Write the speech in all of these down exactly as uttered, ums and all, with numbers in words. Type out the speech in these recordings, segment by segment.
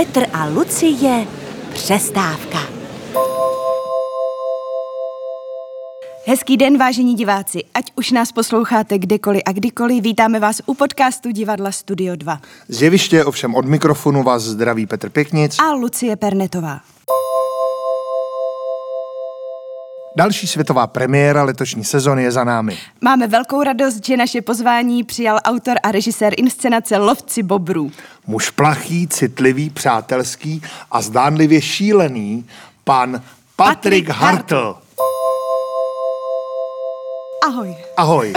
Petr a Lucie, přestávka. Hezký den, vážení diváci. Ať už nás posloucháte kdekoliv a kdykoliv, vítáme vás u podcastu Divadla Studio dva. Z jeviště ovšem od mikrofonu vás zdraví Petr Pěknic a Lucie Pernetová. Další světová premiéra letošní sezony je za námi. Máme velkou radost, že naše pozvání přijal autor a režisér inscenace Lovci bobrů. Muž plachý, citlivý, přátelský a zdánlivě šílený pan Patrik Hartl. Ahoj. Ahoj.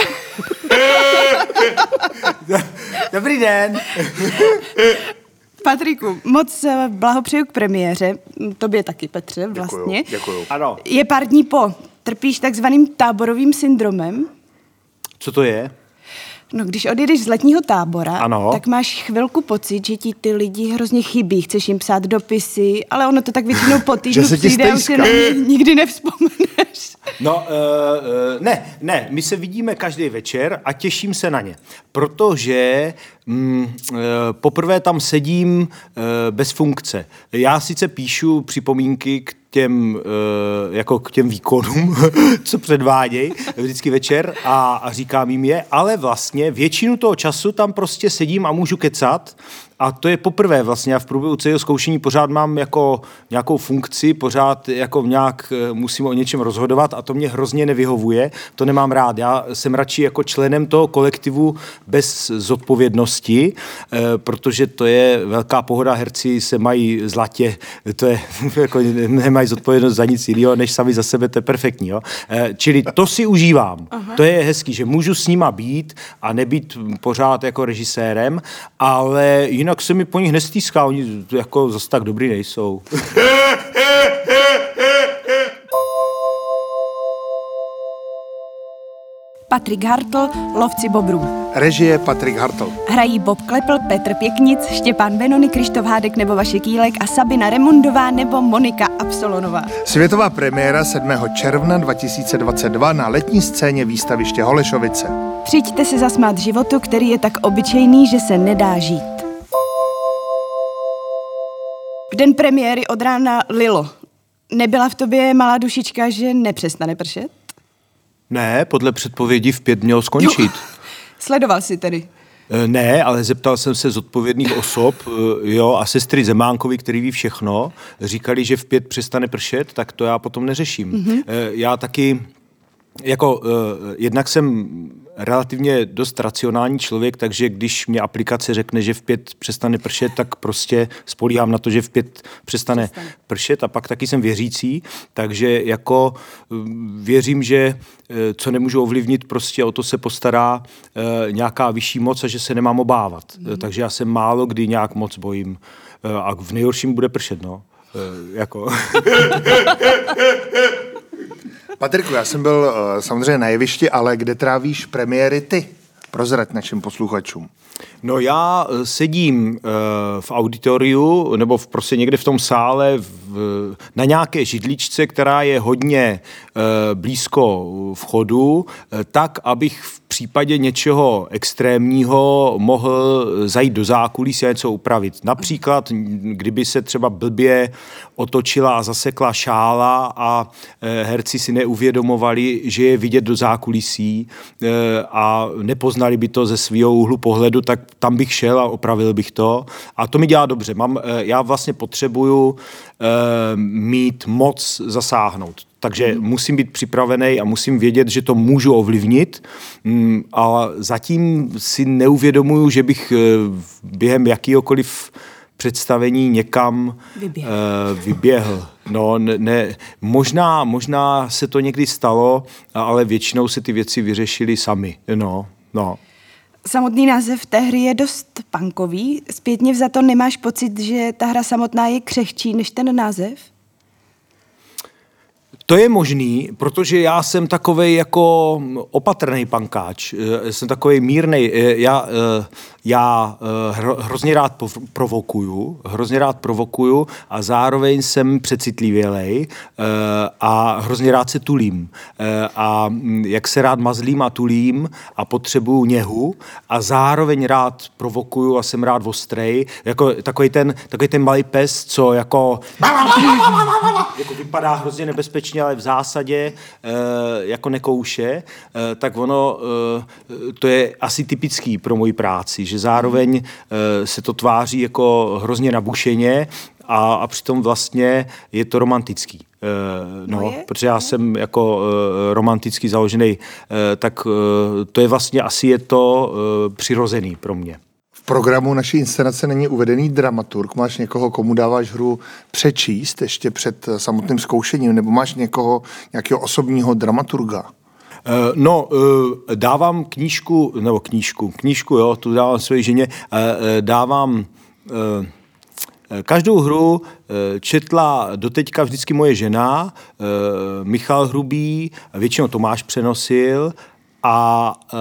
Dobrý den. Patriku, moc blahopřeju k premiéře. Tobě taky, Petře, vlastně. Děkuju, děkuju. Ano. Je pár dní po. Trpíš takzvaným táborovým syndromem? Co to je? No, když odjedeš z letního tábora, ano. tak máš chvilku pocit, že ti ty lidi hrozně chybí. Chceš jim psát dopisy, ale ono to tak většinou po týdnu přijde a už se na ně nikdy nevzpomeneš. No, uh, uh, ne, ne, my se vidíme každý večer a těším se na ně, protože mm, uh, poprvé tam sedím uh, bez funkce. Já sice píšu připomínky k těm, uh, jako k těm výkonům, co předvádějí vždycky večer a, a říkám jim je, ale vlastně většinu toho času tam prostě sedím a můžu kecat. A to je poprvé vlastně, já v průběhu celého zkoušení pořád mám jako nějakou funkci, pořád jako nějak musím o něčem rozhodovat a to mě hrozně nevyhovuje, to nemám rád. Já jsem radši jako členem toho kolektivu bez zodpovědnosti, protože to je velká pohoda, herci se mají zlatě, to je, jako nemají zodpovědnost za nic jiného, než sami za sebe, to je perfektní. Jo? Čili to si užívám. Aha. To je hezký, že můžu s nima být a nebýt pořád jako režisérem, ale jinak se mi po nich nestýská, oni jako zase tak dobrý nejsou. Patrik Hartl, Lovci bobrů. Režie Patrik Hartl. Hrají Bob Klepl, Petr Pěknic, Štěpán Benony, Krištof Hádek nebo Vašek Jílek a Sabina Remundová nebo Monika Absolonová. Světová premiéra sedmého června dva tisíce dvacet dva na letní scéně výstaviště Holešovice. Přijďte se zasmát životu, který je tak obyčejný, že se nedá žít. V den premiéry od rána lilo. Nebyla v tobě malá dušička, že nepřestane pršet? Ne, podle předpovědi v pět měl skončit. Jo. Sledoval jsi tedy? Ne, ale zeptal jsem se zodpovědných osob, jo, a sestry Zemánkovi, který ví všechno, říkali, že v pět přestane pršet, tak to já potom neřeším. Mm-hmm. Já taky, jako, jednak jsem relativně dost racionální člověk, takže když mě aplikace řekne, že v pět přestane pršet, tak prostě spolíhám na to, že v pět přestane, přestane pršet a pak taky jsem věřící, takže jako věřím, že co nemůžu ovlivnit, prostě o to se postará e, nějaká vyšší moc a že se nemám obávat. Mm. Takže já se málo kdy nějak moc bojím e, a v nejhorším bude pršet, no. E, jako... Patriku, já jsem byl uh, samozřejmě na jevišti, ale kde trávíš premiéry ty? Prozrať našim posluchačům. No já sedím uh, v auditoriu, nebo v, prostě někde v tom sále v, na nějaké židličce, která je hodně uh, blízko vchodu, uh, tak, abych v případě něčeho extrémního mohl zajít do zákulisí a něco upravit. Například, kdyby se třeba blbě otočila a zasekla šála a uh, herci si neuvědomovali, že je vidět do zákulisí uh, a nepoznali by to ze svého úhlu pohledu, tak tam bych šel a opravil bych to. A to mi dělá dobře. Mám, já vlastně potřebuju e, mít moc zasáhnout. Takže mm. musím být připravený a musím vědět, že to můžu ovlivnit, mm, ale zatím si neuvědomuju, že bych e, během jakýhokoliv představení někam vyběhl. E, vyběhl. No, ne, ne, možná, možná se to někdy stalo, ale většinou se ty věci vyřešily sami. No, no. Samotný název té hry je dost punkový. Zpětně vzato nemáš pocit, že ta hra samotná je křehčí než ten název? To je možný, protože já jsem takovej jako opatrný pankáč. Jsem takovej mírnej. Já, já hro, hrozně rád provokuju, hrozně rád provokuju a zároveň jsem přecitlivělej a hrozně rád se tulím. A jak se rád mazlím a tulím a potřebuju něhu a zároveň rád provokuju a jsem rád ostrej, jako takový ten, takový ten malý pes, co jako, jako vypadá hrozně nebezpečně, ale v zásadě jako nekouše, tak ono, to je asi typický pro moji práci, že zároveň se to tváří jako hrozně nabušeně a, a přitom vlastně je to romantický. No, no je, protože já je. jsem jako romanticky založený, tak to je vlastně asi je to přirozený pro mě. V programu naší inscenace není uvedený dramaturg. Máš někoho, komu dáváš hru přečíst ještě před samotným zkoušením, nebo máš někoho, nějakého osobního dramaturga? No, dávám knížku, nebo knížku, knížku, jo, tu dávám své ženě, dávám každou hru četla doteďka vždycky moje žena, Michal Hrubý, většinou Tomáš přenosil, a uh,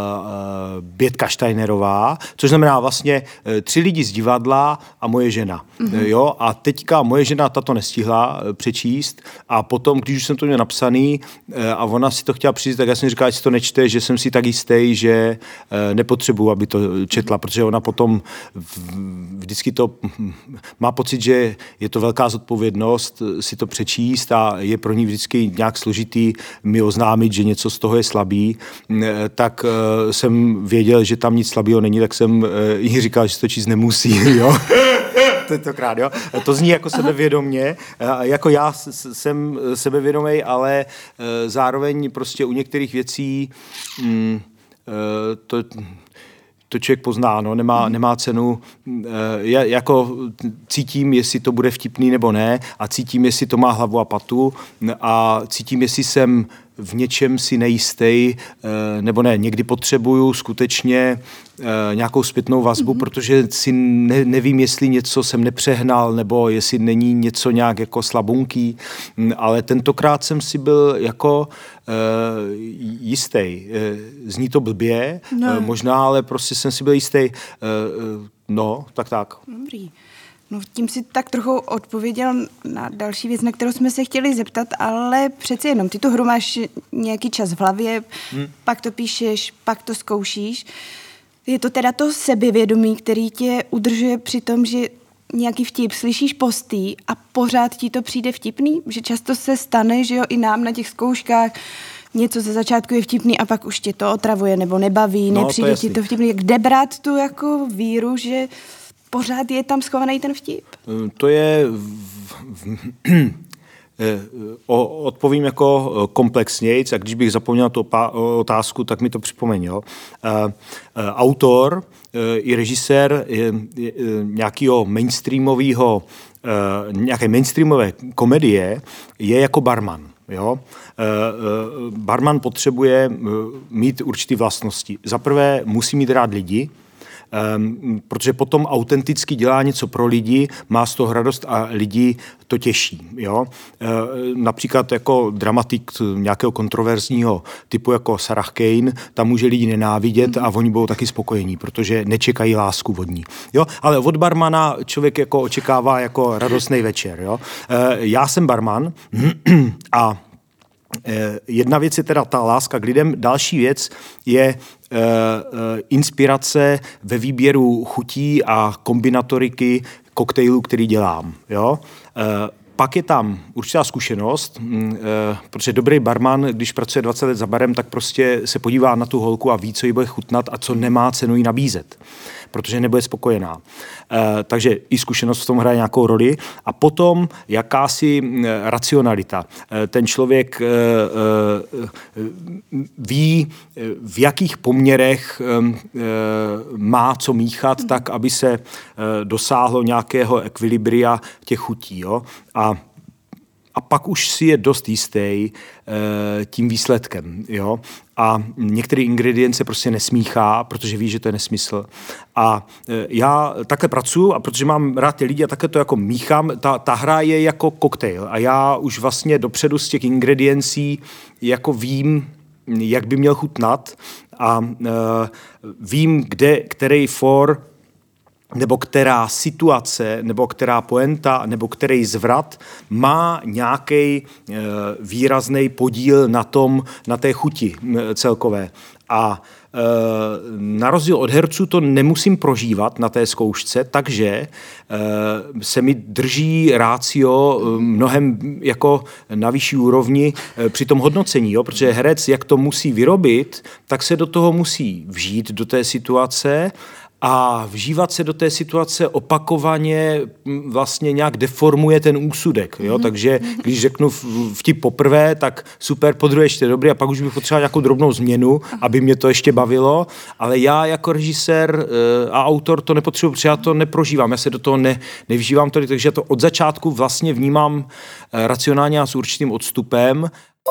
Bětka Steinerová, což znamená vlastně uh, tři lidi z divadla a moje žena. Mm-hmm. Jo? A teďka moje žena tato nestihla uh, přečíst a potom, když už jsem to měl napsaný uh, a ona si to chtěla přečíst, tak já jsem říkal, že si to nečte, že jsem si tak jistý, že uh, nepotřebuji, aby to četla, protože ona potom v, vždycky to má pocit, že je to velká zodpovědnost si to přečíst a je pro ní vždycky nějak složitý mi oznámit, že něco z toho je slabý. Tak uh, jsem věděl, že tam nic slabého není, tak jsem uh, jí říkal, že to číst nemusí, jo. Tentokrát, jo. To zní jako sebevědomě, uh, jako já s- jsem sebevědomý, ale uh, zároveň prostě u některých věcí um, uh, to... to člověk pozná, no, nemá, nemá cenu, já jako cítím, jestli to bude vtipný nebo ne a cítím, jestli to má hlavu a patu a cítím, jestli jsem v něčem si nejistý, nebo ne, někdy potřebuju skutečně nějakou zpětnou vazbu, mm-hmm. protože si ne, nevím, jestli něco jsem nepřehnal, nebo jestli není něco nějak jako slabunký, ale tentokrát jsem si byl jako uh, jistý. Zní to blbě, no. možná, ale prostě jsem si byl jistý. Uh, no, tak tak. Dobrý. No tím si tak trochu odpověděl na další věc, na kterou jsme se chtěli zeptat, ale přeci jenom, ty tu hru máš nějaký čas v hlavě, hmm. pak to píšeš, pak to zkoušíš. Je to teda to sebevědomí, který tě udržuje při tom, že nějaký vtip slyšíš postý a pořád ti to přijde vtipný? Že často se stane, že jo, i nám na těch zkouškách něco ze začátku je vtipný a pak už tě to otravuje nebo nebaví, no, nepřijde to ti to vtipný. Kde brát tu jako víru, že pořád je tam schovaný ten vtip? To je... V, v, o, odpovím jako komplexnějc a když bych zapomněl tu otázku, tak mi to připomeň. Jo. Autor i režisér nějakého mainstreamového, nějaké mainstreamové komedie je jako barman. Jo? Barman potřebuje mít určité vlastnosti. Za prvé musí mít rád lidi, Um, protože potom autenticky dělá něco pro lidi, má z toho radost a lidi to těší. Jo? E, například jako dramatik nějakého kontroverzního typu jako Sarah Kane, tam může lidi nenávidět a oni budou taky spokojení, protože nečekají lásku od ní. Jo? Ale od barmana člověk jako očekává jako radostný večer. Jo? E, já jsem barman a jedna věc je teda ta láska k lidem, další věc je uh, uh, inspirace ve výběru chutí a kombinatoriky koktejlů, který dělám. Jo? Uh, pak je tam určitá zkušenost, uh, protože dobrý barman, když pracuje dvacet let za barem, tak prostě se podívá na tu holku a ví, co jí bude chutnat a co nemá cenu jí nabízet, protože nebude spokojená. Uh, takže i zkušenost v tom hraje nějakou roli. A potom jakási uh, racionalita. Uh, ten člověk uh, uh, ví, uh, v jakých poměrech um, uh, má co míchat, mm. tak, aby se uh, dosáhlo nějakého ekvilibria těch chutí. Jo? A A pak už si je dost jistý e, tím výsledkem. Jo? A některé ingredience prostě nesmíchá, protože ví, že to je nesmysl. A e, já takhle pracuji a protože mám rád ty lidi a takhle to jako míchám, ta, ta hra je jako koktejl. A já už vlastně dopředu z těch ingrediencí jako vím, jak by měl chutnat a uh, vím, kde, který for nebo která situace, nebo která poenta, nebo který zvrat má nějaký e, výrazný podíl na tom, na té chuti e, celkové. A e, na rozdíl od herců to nemusím prožívat na té zkoušce, takže e, se mi drží rácio mnohem jako na vyšší úrovni e, při tom hodnocení, jo? Protože herec, jak to musí vyrobit, tak se do toho musí vžít do té situace a vžívat se do té situace opakovaně vlastně nějak deformuje ten úsudek. Jo? Mm-hmm. Takže když řeknu vtip poprvé, tak super, podruhé ještě dobrý a pak už bych potřeboval nějakou drobnou změnu, aby mě to ještě bavilo, ale já jako režisér a autor to nepotřebuji, protože já to neprožívám, já se do toho ne, nevžívám tolik, takže já to od začátku vlastně vnímám racionálně a s určitým odstupem.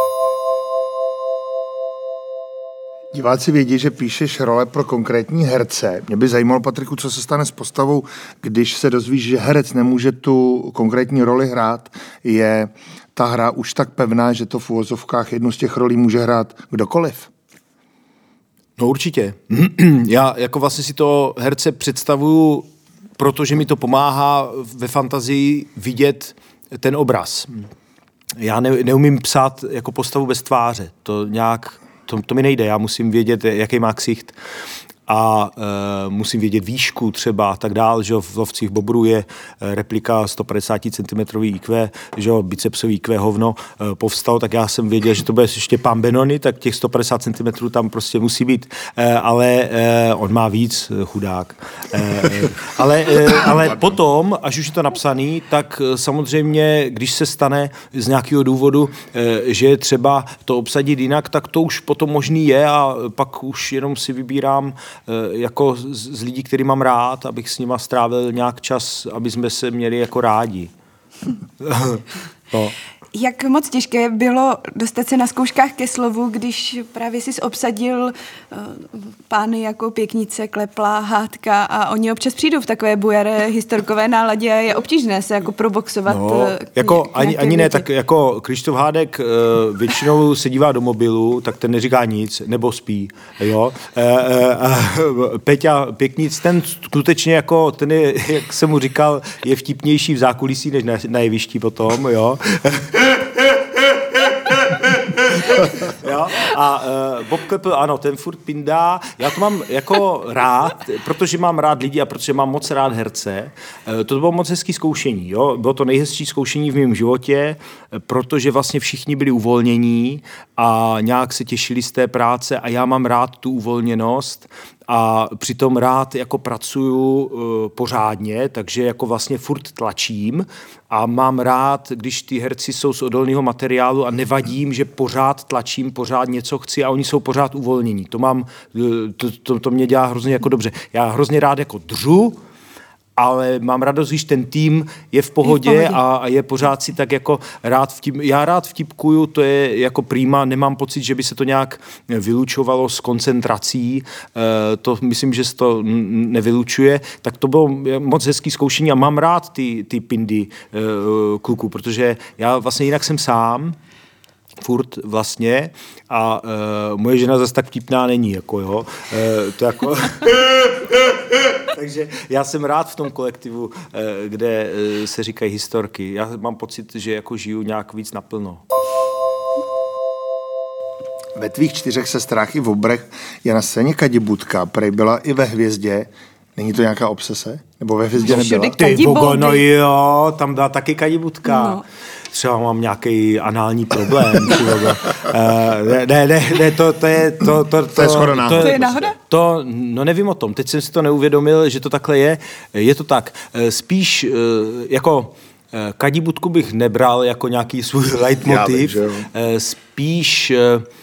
Diváci vědí, že píšeš role pro konkrétní herce. Mě by zajímalo, Patriku, co se stane s postavou, když se dozvíš, že herec nemůže tu konkrétní roli hrát. Je ta hra už tak pevná, že to v uvozovkách jednu z těch rolí může hrát kdokoliv? No určitě. Já jako vlastně si to herce představuju, protože mi to pomáhá ve fantazii vidět ten obraz. Já ne, neumím psát jako postavu bez tváře. To nějak To, to mi nejde, já musím vědět, jaký má ksicht a e, musím vědět výšku třeba a tak dál, že v Lovcích bobrů je replika sto padesát centimetrů í kvé, že bicepsový í kvé hovno e, povstalo, tak já jsem věděl, že to bude Štěpán Benony, tak těch sto padesát centimetrů tam prostě musí být, e, ale e, on má víc, chudák. E, ale, e, ale potom, až už je to napsaný, tak samozřejmě, když se stane z nějakého důvodu, e, že je třeba to obsadit jinak, tak to už potom možný je a pak už jenom si vybírám jako z, z lidí, který mám rád, abych s nima strávil nějak čas, aby jsme se měli jako rádi. No. Jak moc těžké bylo dostat se na zkouškách ke slovu, když právě jsi obsadil uh, pány jako Pěknice, Klepla, Hádka a oni občas přijdou v takové bujaré historkové náladě a je obtížné se jako proboxovat. No, k, jako k ani, ani ne, tak jako Krištof Hádek uh, většinou se dívá do mobilu, tak ten neříká nic, nebo spí, jo. Uh, uh, uh, Peťa Pěknic, ten skutečně jako, ten je, jak jsem mu říkal, je vtipnější v zákulisí, než na, na jevišti potom, jo. Jo? A uh, Bob Klepl, ano, ten furt pindá. Já to mám jako rád, protože mám rád lidi a protože mám moc rád herce. Uh, to bylo moc hezký zkoušení. Jo? Bylo to nejhezčí zkoušení v mém životě, protože vlastně všichni byli uvolnění a nějak se těšili z té práce a já mám rád tu uvolněnost a přitom rád jako pracuju uh, pořádně, takže jako vlastně furt tlačím a mám rád, když ty herci jsou z odolného materiálu a nevadím, že pořád tlačím, pořád něco chci a oni jsou pořád uvolnění. To mám, to, to, to mě dělá hrozně jako dobře. Já hrozně rád jako dřu, ale mám radost, když ten tým je v pohodě, je v pohodě. A, a je pořád si tak jako rád vtip, já rád vtipkuju, to je jako prima, nemám pocit, že by se to nějak vylučovalo s koncentrací, e, to myslím, že se to nevylučuje, tak to bylo moc hezký zkoušení a mám rád ty, ty pindy e, kluků, protože já vlastně jinak jsem sám, furt vlastně a e, moje žena zase tak vtipná není, jako jo, e, to jako... Takže já jsem rád v tom kolektivu, kde se říkají historky. Já mám pocit, že jako žiju nějak víc naplno. Ve tvých čtyřech sestrách i v obrech je na scéně Kadibudka, prej byla i ve Hvězdě. Není to nějaká obsese? Nebo ve Hvězdě nebyla? Ty bogo, no jo, tam byla taky Kadibudka. No. Třeba mám nějaký anální problém. uh, ne, ne, ne, to, to je... To, to, to, to je schoda náhoda. To je náhoda? To, no nevím o tom. Teď jsem si to neuvědomil, že to takhle je. Je to tak. Spíš jako Kadibudku bych nebral jako nějaký svůj leitmotiv. Spíš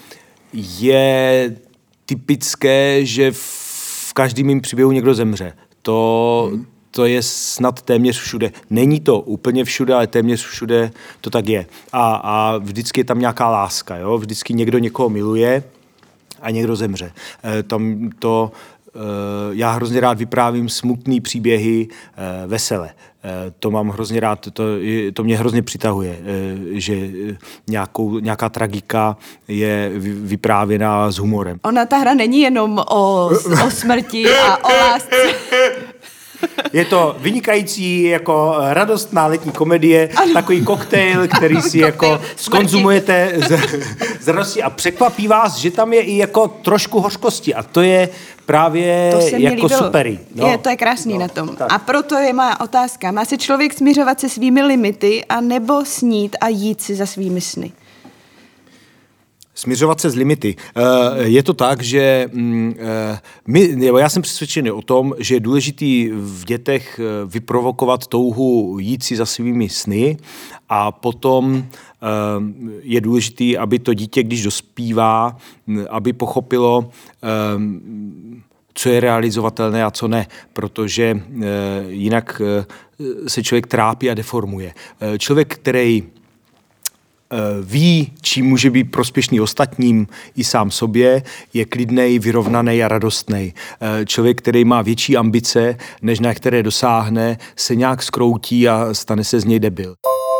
je typické, že v každém mým příběhu někdo zemře. To... Hmm. To je snad téměř všude. Není to úplně všude, ale téměř všude to tak je. A, a vždycky je tam nějaká láska. Jo? Vždycky někdo někoho miluje a někdo zemře. E, tam to já hrozně rád vyprávím smutný příběhy vesele. To mám hrozně rád, to, to mě hrozně přitahuje, že nějakou, nějaká tragika je vyprávěná s humorem. Ona ta hra není jenom o, o smrti a o lásce. Je to vynikající jako radostná letní komedie, ano. Takový koktejl, který si jako skonzumujete z, z radostí a překvapí vás, že tam je i jako trošku hořkosti a to je právě to jako supery. No. Je, to je krásný no, na tom. Tak. A proto je má otázka. Má se člověk smiřovat se svými limity a nebo snít a jít si za svými sny? Směřovat se z limity. Je to tak, že my, já jsem přesvědčený o tom, že je důležitý v dětech vyprovokovat touhu jít si za svými sny a potom je důležitý, aby to dítě, když dospívá, aby pochopilo, co je realizovatelné a co ne, protože jinak se člověk trápí a deformuje. Člověk, který ví, čím může být prospěšný ostatním i sám sobě, je klidnej, vyrovnaný a radostnej. Člověk, který má větší ambice, než na které dosáhne, se nějak skroutí a stane se z něj debil.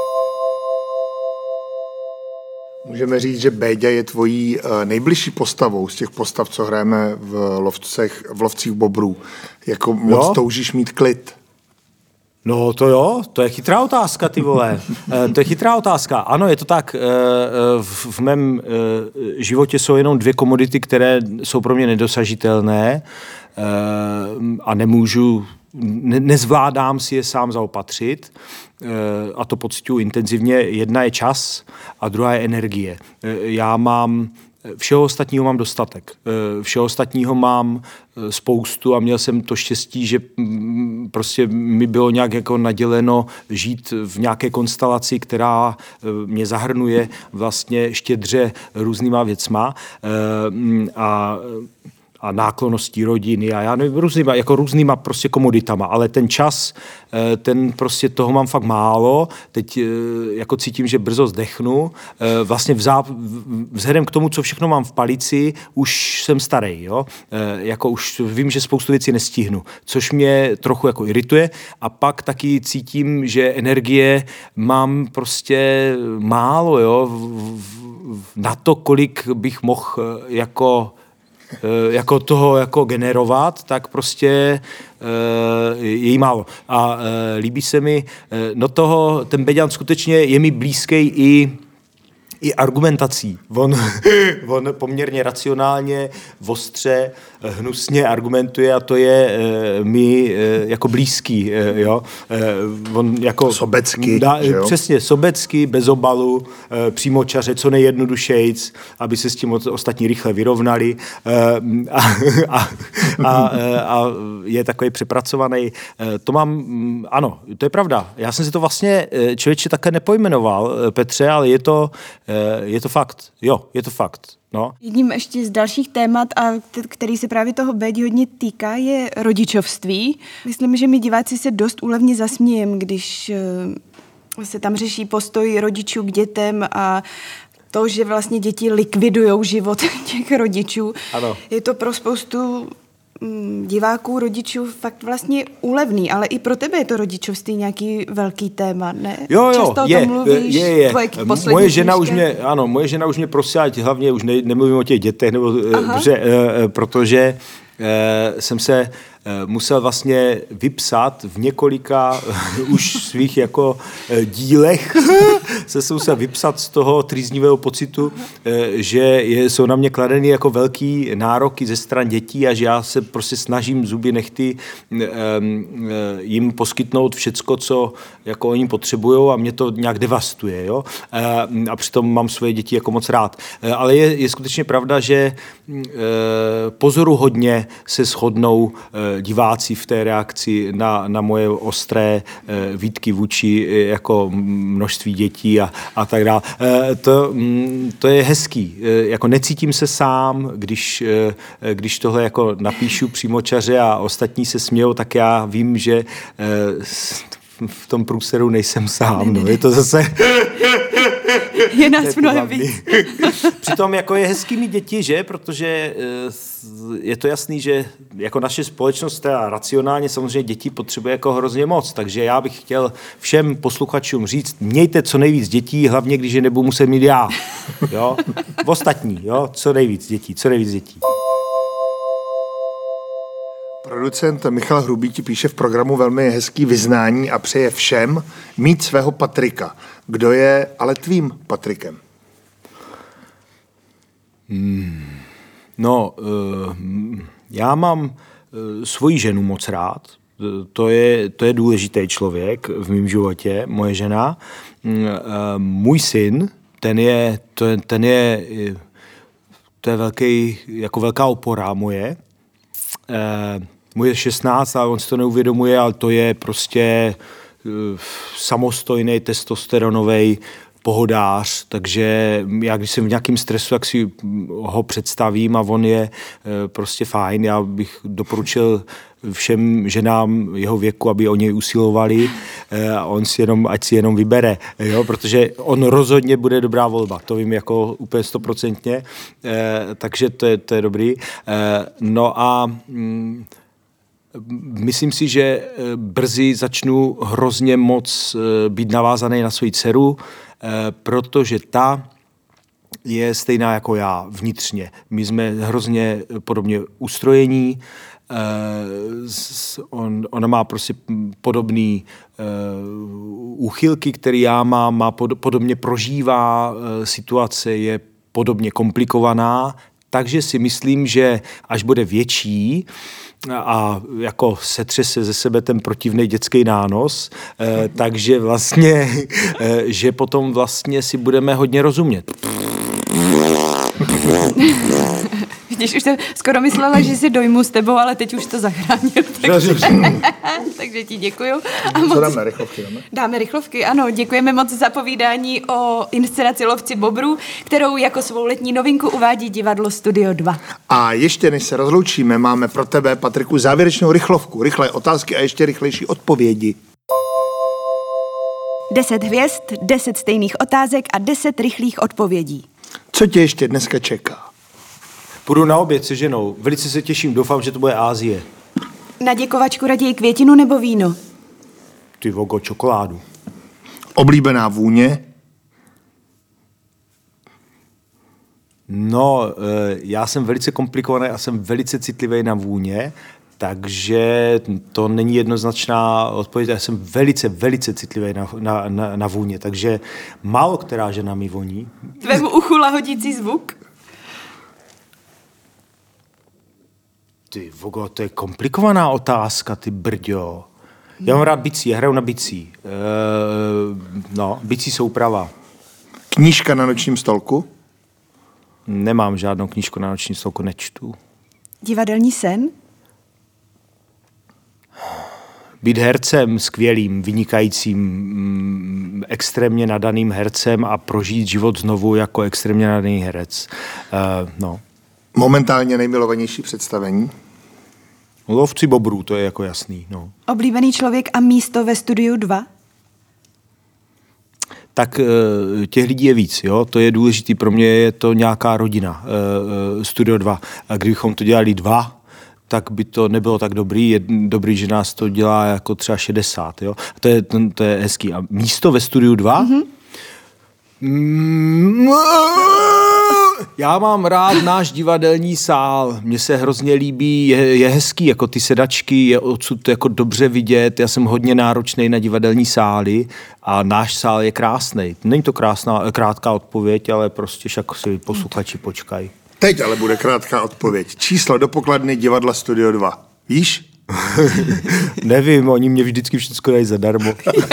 Můžeme říct, že Béďa je tvojí nejbližší postavou z těch postav, co hrajeme v, lovcech, v lovcích bobrů. Jako moc jo? toužíš mít klid. No to jo, to je chytrá otázka, ty vole. To je chytrá otázka. Ano, je to tak. V mém životě jsou jenom dvě komodity, které jsou pro mě nedosažitelné a nemůžu, ne, nezvládám si je sám zaopatřit a to pociťuji intenzivně. Jedna je čas a druhá je energie. Já mám Všeho ostatního mám dostatek. Všeho ostatního mám spoustu a měl jsem to štěstí, že prostě mi bylo nějak jako naděleno žít v nějaké konstelaci, která mě zahrnuje vlastně štědře různýma věcma a a náklonností rodiny a já nevím, různýma, jako různýma prostě komoditama, ale ten čas, ten prostě toho mám fakt málo, teď jako cítím, že brzo zdechnu, vlastně vzá, vzhledem k tomu, co všechno mám v palici, už jsem starý, jo, jako už vím, že spoustu věcí nestihnu, což mě trochu jako irituje a pak taky cítím, že energie mám prostě málo, jo, na to, kolik bych mohl jako jako toho jako generovat, tak prostě uh, je jí málo. A uh, líbí se mi, uh, no toho, ten Beďan skutečně je mi blízký i i argumentací. On, on poměrně racionálně, ostře, hnusně argumentuje a to je e, mi e, jako blízký. E, jo? E, on jako sobecky. Dá, přesně, sobecky, bez obalu, e, přímočaře, co nejjednodušejc, aby se s tím ostatní rychle vyrovnali. E, a, a, a, a je takový přepracovaný. E, to mám, ano, to je pravda. Já jsem si to vlastně člověče také nepojmenoval, Petře, ale je to Je to fakt, jo, je to fakt. No. Jedním ještě z dalších témat, a který se právě toho Bédi hodně týká, je rodičovství. Myslím, že my diváci se dost úlevně zasmějeme, když se tam řeší postoj rodičů k dětem a to, že vlastně děti likvidujou život těch rodičů. Ano. Je to pro spoustu diváků, rodičů fakt vlastně úlevný, ale i pro tebe je to rodičovství nějaký velký téma, ne? Jo, jo, často je, o tom mluvíš, je, je. Moje žena knížka. už mě, ano, moje žena už mě prosila, ať hlavně už ne, nemluvím o těch dětech, nebo, protože, protože jsem se musel vlastně vypsat v několika už svých jako dílech, se musel vypsat z toho trýznivého pocitu, že jsou na mě kladeny jako velký nároky ze stran dětí a že já se prostě snažím zuby nechty jim poskytnout všecko, co jako oni potřebujou a mě to nějak devastuje. Jo? A přitom mám svoje děti jako moc rád. Ale je, je skutečně pravda, že pozoruhodně se shodnou diváci v té reakci na, na moje ostré e, výtky vůči e, jako množství dětí a, a tak dále. E, to, m, to je hezký. E, jako necítím se sám, když, e, když tohle jako napíšu přímočaře a ostatní se smějou, tak já vím, že e, v tom průseru nejsem sám. No. Je to zase... Je nás mnohem víc. Přitom jako je hezký mít děti, že? Protože je to jasný, že jako naše společnost teda racionálně samozřejmě děti potřebuje jako hrozně moc, takže já bych chtěl všem posluchačům říct, mějte co nejvíc dětí, hlavně když je nebudu muset mít já. Jo? Ostatní, jo? Co nejvíc dětí, co nejvíc dětí. Producent Michal Hrubý ti píše v programu velmi hezký vyznání a přeje všem mít svého Patrika. Kdo je ale tvým Patrikem? Hmm. No, uh, já mám uh, svoji ženu moc rád. To je, to je důležitý člověk v mém životě, moje žena. Uh, můj syn, ten je, to je, ten je, to je velký, jako velká opora moje. Uh, Mu je šestnáct, ale on si to neuvědomuje, ale to je prostě uh, samostojný testosteronový pohodář, takže já když jsem v nějakém stresu, tak si ho představím a on je uh, prostě fajn. Já bych doporučil všem ženám jeho věku, aby o něj usilovali uh, a on si jenom, ať si jenom vybere, jo? Protože on rozhodně bude dobrá volba, to vím jako úplně stoprocentně, uh, takže to je, to je dobrý. Uh, no a mm, myslím si, že brzy začnu hrozně moc být navázaný na svoji dceru, protože ta je stejná jako já vnitřně. My jsme hrozně podobně ustrojení, on, ona má prostě podobný úchylky, který já mám, má pod, podobně prožívá situace, je podobně komplikovaná, takže si myslím, že až bude větší, a jako setřese ze sebe ten protivný dětský nános, eh, takže vlastně, eh, že potom vlastně si budeme hodně rozumět. Vidíš, už jsem skoro myslela, že si dojmu s tebou, ale teď už to zachránil. Takže, takže ti děkuju. A moc... Co dáme, rychlovky dáme? Dáme rychlovky, ano. Děkujeme moc za povídání o inscenaci Lovci bobrů, kterou jako svou letní novinku uvádí divadlo Studio dva. A ještě než se rozloučíme, máme pro tebe, Patriku, závěrečnou rychlovku. Rychlé otázky a ještě rychlejší odpovědi. Deset hvězd, deset stejných otázek a deset rychlých odpovědí. Co tě ještě dneska čeká? Půjdu na oběd se ženou. Velice se těším, doufám, že to bude Asie. Na děkovačku raději květinu nebo víno? Ty vogo, čokoládu. Oblíbená vůně? No, já jsem velice komplikovaný a jsem velice citlivý na vůně, takže to není jednoznačná odpověď. Já jsem velice, velice citlivý na, na, na, na vůně, takže málo která žena mi voní. Tvému uchu lahodící zvuk? Ty vogo, to je komplikovaná otázka, ty brďo. Já mám rád bicí, já hraju na bicí. E, no, bicí souprava. Knížka na nočním stolku? Nemám žádnou knížku na nočním stolku, nečtu. Divadelní sen? Být hercem skvělým, vynikajícím, mm, extrémně nadaným hercem a prožít život znovu jako extrémně nadaný herec. E, no. Momentálně nejmilovanější představení? Lovci bobrů, to je jako jasný. No. Oblíbený člověk a místo ve Studiu dva? Tak těch lidí je víc, jo? To je důležitý. Pro mě je to nějaká rodina, Studio dva. A kdybychom to dělali dva, tak by to nebylo tak dobrý. Je dobrý, že nás to dělá jako třeba šedesát. Jo? To je, to, to je hezký. A místo ve Studiu dva? Mm-hmm. Mm, já mám rád náš divadelní sál. Mně se hrozně líbí, je, je hezký, jako ty sedačky, je odsud jako dobře vidět. Já jsem hodně náročný na divadelní sály a náš sál je krásný. Není to krásná, krátká odpověď, ale prostě však si posluchači počkají. Teď ale bude krátká odpověď. Číslo do pokladny divadla Studio dva. Víš? Nevím, oni mě vždycky všechno dají zadarmo.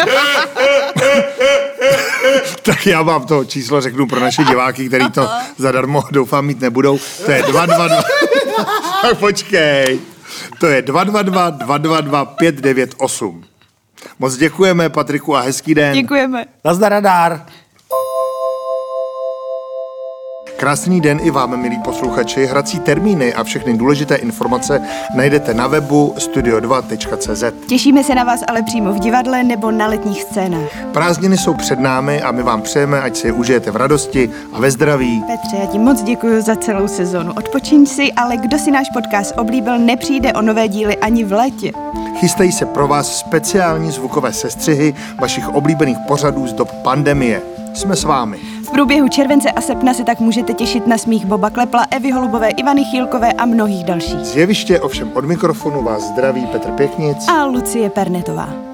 Tak já vám to číslo řeknu pro naše diváky, který to zadarmo doufám mít nebudou. To je dva dva dva. Tak počkej. To je dva dva dva, dva dva dva, pět devět osm. Moc děkujeme, Patriku, a hezký den. Děkujeme. Nazdar, nadár. Krásný den i vám, milí posluchači. Hrací termíny a všechny důležité informace najdete na webu studio dva tečka cé zet. Těšíme se na vás ale přímo v divadle nebo na letních scénách. Prázdniny jsou před námi a my vám přejeme, ať si je užijete v radosti a ve zdraví. Petře, já ti moc děkuji za celou sezonu. Odpočiň si, ale kdo si náš podcast oblíbil, nepřijde o nové díly ani v létě. Chystají se pro vás speciální zvukové sestřihy vašich oblíbených pořadů z dob pandemie. Jsme s vámi. V průběhu července a srpna se tak můžete těšit na smích Boba Klepla, Evy Holubové, Ivany Chýlkové a mnohých dalších. Z jeviště ovšem od mikrofonu vás zdraví Petr Pěknic a Lucie Pernetová.